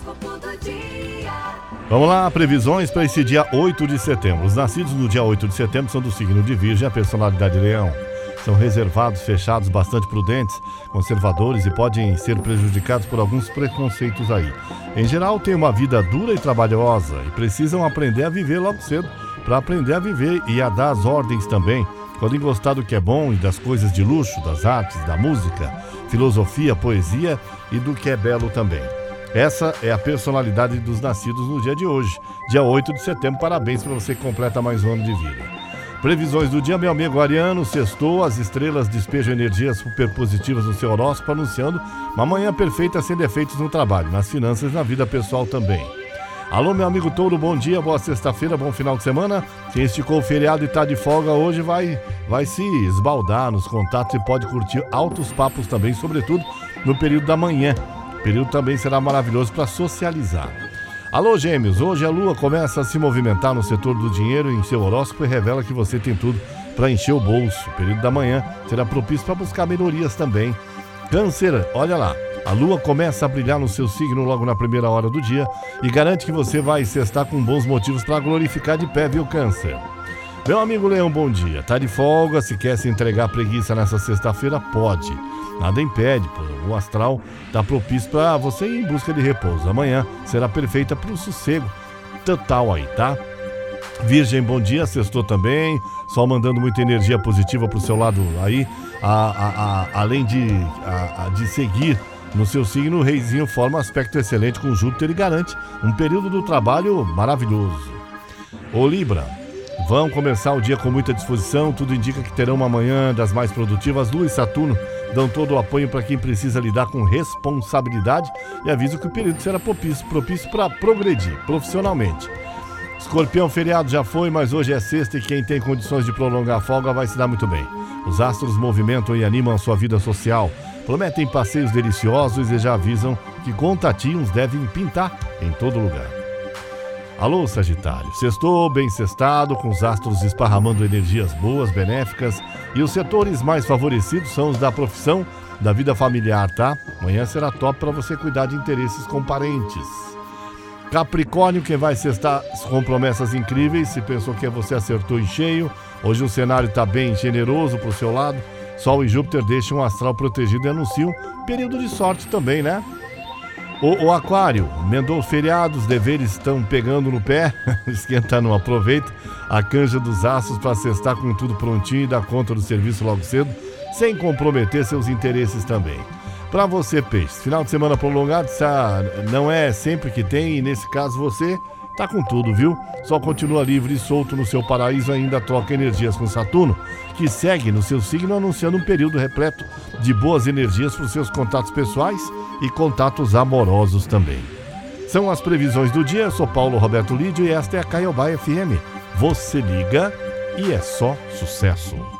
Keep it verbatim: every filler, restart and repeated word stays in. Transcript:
Horóscopo do dia. Vamos lá, previsões para esse dia oito de setembro. Os nascidos no dia oito de setembro são do signo de Virgem, a personalidade Leão. São reservados, fechados, bastante prudentes, conservadores e podem ser prejudicados por alguns preconceitos aí. Em geral, têm uma vida dura e trabalhosa e precisam aprender a viver logo cedo para aprender a viver e a dar as ordens também. Podem gostar do que é bom e das coisas de luxo, das artes, da música, filosofia, poesia e do que é belo também. Essa é a personalidade dos nascidos no dia de hoje, dia oito de setembro. Parabéns para você que completa mais um ano de vida. Previsões do dia, meu amigo Ariano. Sextou, as estrelas despejam energias super positivas no seu horóscopo, anunciando uma manhã perfeita sem defeitos no trabalho, nas finanças e na vida pessoal também. Alô, meu amigo Touro, bom dia, boa sexta-feira, bom final de semana. Quem esticou o feriado e tá de folga hoje vai, vai se esbaldar nos contatos e pode curtir altos papos também, sobretudo no período da manhã. O período também será maravilhoso para socializar. Alô, Gêmeos, hoje a Lua começa a se movimentar no setor do dinheiro em seu horóscopo e revela que você tem tudo para encher o bolso. O período da manhã será propício para buscar melhorias também. Câncer, olha lá. A Lua começa a brilhar no seu signo logo na primeira hora do dia e garante que você vai sextar com bons motivos para glorificar de pé, viu, Câncer? Meu amigo Leão, bom dia. Tá de folga, se quer se entregar à preguiça nessa sexta-feira, pode. Nada impede, pô. O astral tá propício para você ir em busca de repouso. Amanhã será perfeita para o sossego total aí, tá? Virgem, bom dia, sextou também, só mandando muita energia positiva pro seu lado aí, a, a, a, além de, a, a, de seguir no seu signo, o reizinho forma um aspecto excelente com Júpiter e garante um período do trabalho maravilhoso. Ô Libra, vão começar o dia com muita disposição, tudo indica que terão uma manhã das mais produtivas. Lua e Saturno dão todo o apoio para quem precisa lidar com responsabilidade e aviso que o período será propício, propício para progredir profissionalmente. Escorpião, feriado já foi, mas hoje é sexta e quem tem condições de prolongar a folga vai se dar muito bem. Os astros movimentam e animam a sua vida social, prometem passeios deliciosos e já avisam que contatinhos devem pintar em todo lugar. Alô, Sagitário, sextou bem sextado, com os astros esparramando energias boas, benéficas, e os setores mais favorecidos são os da profissão, da vida familiar, tá? Amanhã será top para você cuidar de interesses com parentes. Capricórnio, quem vai sextar com promessas incríveis, se pensou que você acertou em cheio, hoje o cenário está bem generoso pro seu lado, Sol e Júpiter deixam o astral protegido e anunciam período de sorte também, né? O, o Aquário, emendou o feriado, os deveres estão pegando no pé, esquenta não aproveita, a canja dos astros para sextar com tudo prontinho e dar conta do serviço logo cedo, sem comprometer seus interesses também. Para você, Peixe, final de semana prolongado não é sempre que tem e nesse caso você tá com tudo, viu? Só continua livre e solto no seu paraíso, ainda troca energias com Saturno, que segue no seu signo anunciando um período repleto de boas energias para os seus contatos pessoais e contatos amorosos também. São as previsões do dia, eu sou Paulo Roberto Lídio e esta é a Caiobá F M. Você liga e é só sucesso.